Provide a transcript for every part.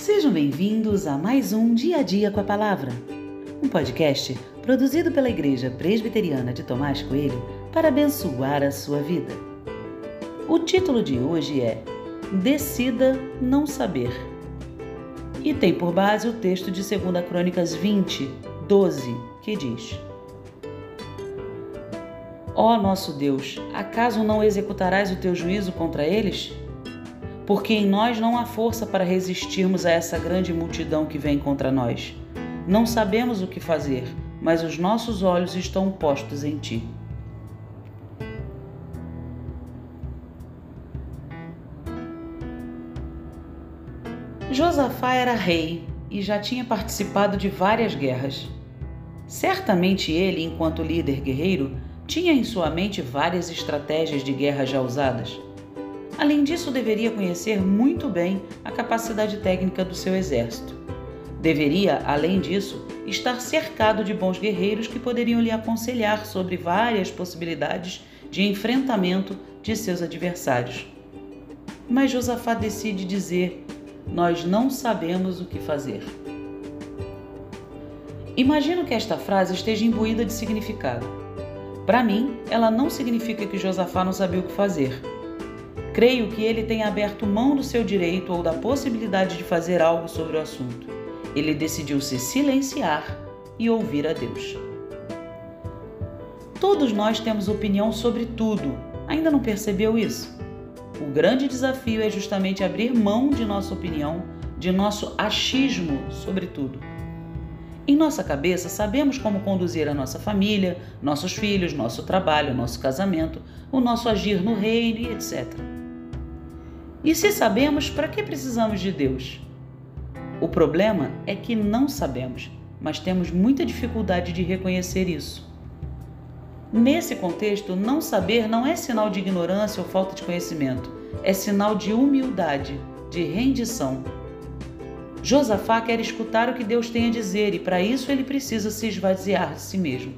Sejam bem-vindos a mais um Dia a Dia com a Palavra, um podcast produzido pela Igreja Presbiteriana de Tomás Coelho para abençoar a sua vida. O título de hoje é Decida Não Saber e tem por base o texto de 2 Crônicas 20, 12, que diz: Ó nosso Deus, acaso não executarás o teu juízo contra eles? Porque em nós não há força para resistirmos a essa grande multidão que vem contra nós. Não sabemos o que fazer, mas os nossos olhos estão postos em ti. Josafá era rei e já tinha participado de várias guerras. Certamente ele, enquanto líder guerreiro, tinha em sua mente várias estratégias de guerra já usadas. Além disso, deveria conhecer muito bem a capacidade técnica do seu exército. Deveria, além disso, estar cercado de bons guerreiros que poderiam lhe aconselhar sobre várias possibilidades de enfrentamento de seus adversários. Mas Josafá decide dizer: nós não sabemos o que fazer. Imagino que esta frase esteja imbuída de significado. Para mim, ela não significa que Josafá não sabia o que fazer. Creio que ele tenha aberto mão do seu direito ou da possibilidade de fazer algo sobre o assunto. Ele decidiu se silenciar e ouvir a Deus. Todos nós temos opinião sobre tudo. Ainda não percebeu isso? O grande desafio é justamente abrir mão de nossa opinião, de nosso achismo sobre tudo. Em nossa cabeça, sabemos como conduzir a nossa família, nossos filhos, nosso trabalho, nosso casamento, o nosso agir no reino e etc. E se sabemos, para que precisamos de Deus? O problema é que não sabemos, mas temos muita dificuldade de reconhecer isso. Nesse contexto, não saber não é sinal de ignorância ou falta de conhecimento, é sinal de humildade, de rendição. Josafá quer escutar o que Deus tem a dizer e para isso ele precisa se esvaziar de si mesmo.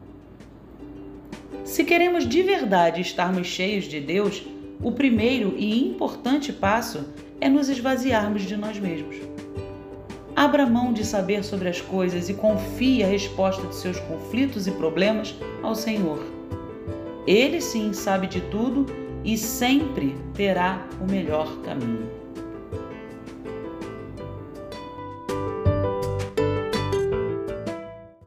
Se queremos de verdade estarmos cheios de Deus, o primeiro e importante passo é nos esvaziarmos de nós mesmos. Abra mão de saber sobre as coisas e confie a resposta de seus conflitos e problemas ao Senhor. Ele sim sabe de tudo e sempre terá o melhor caminho.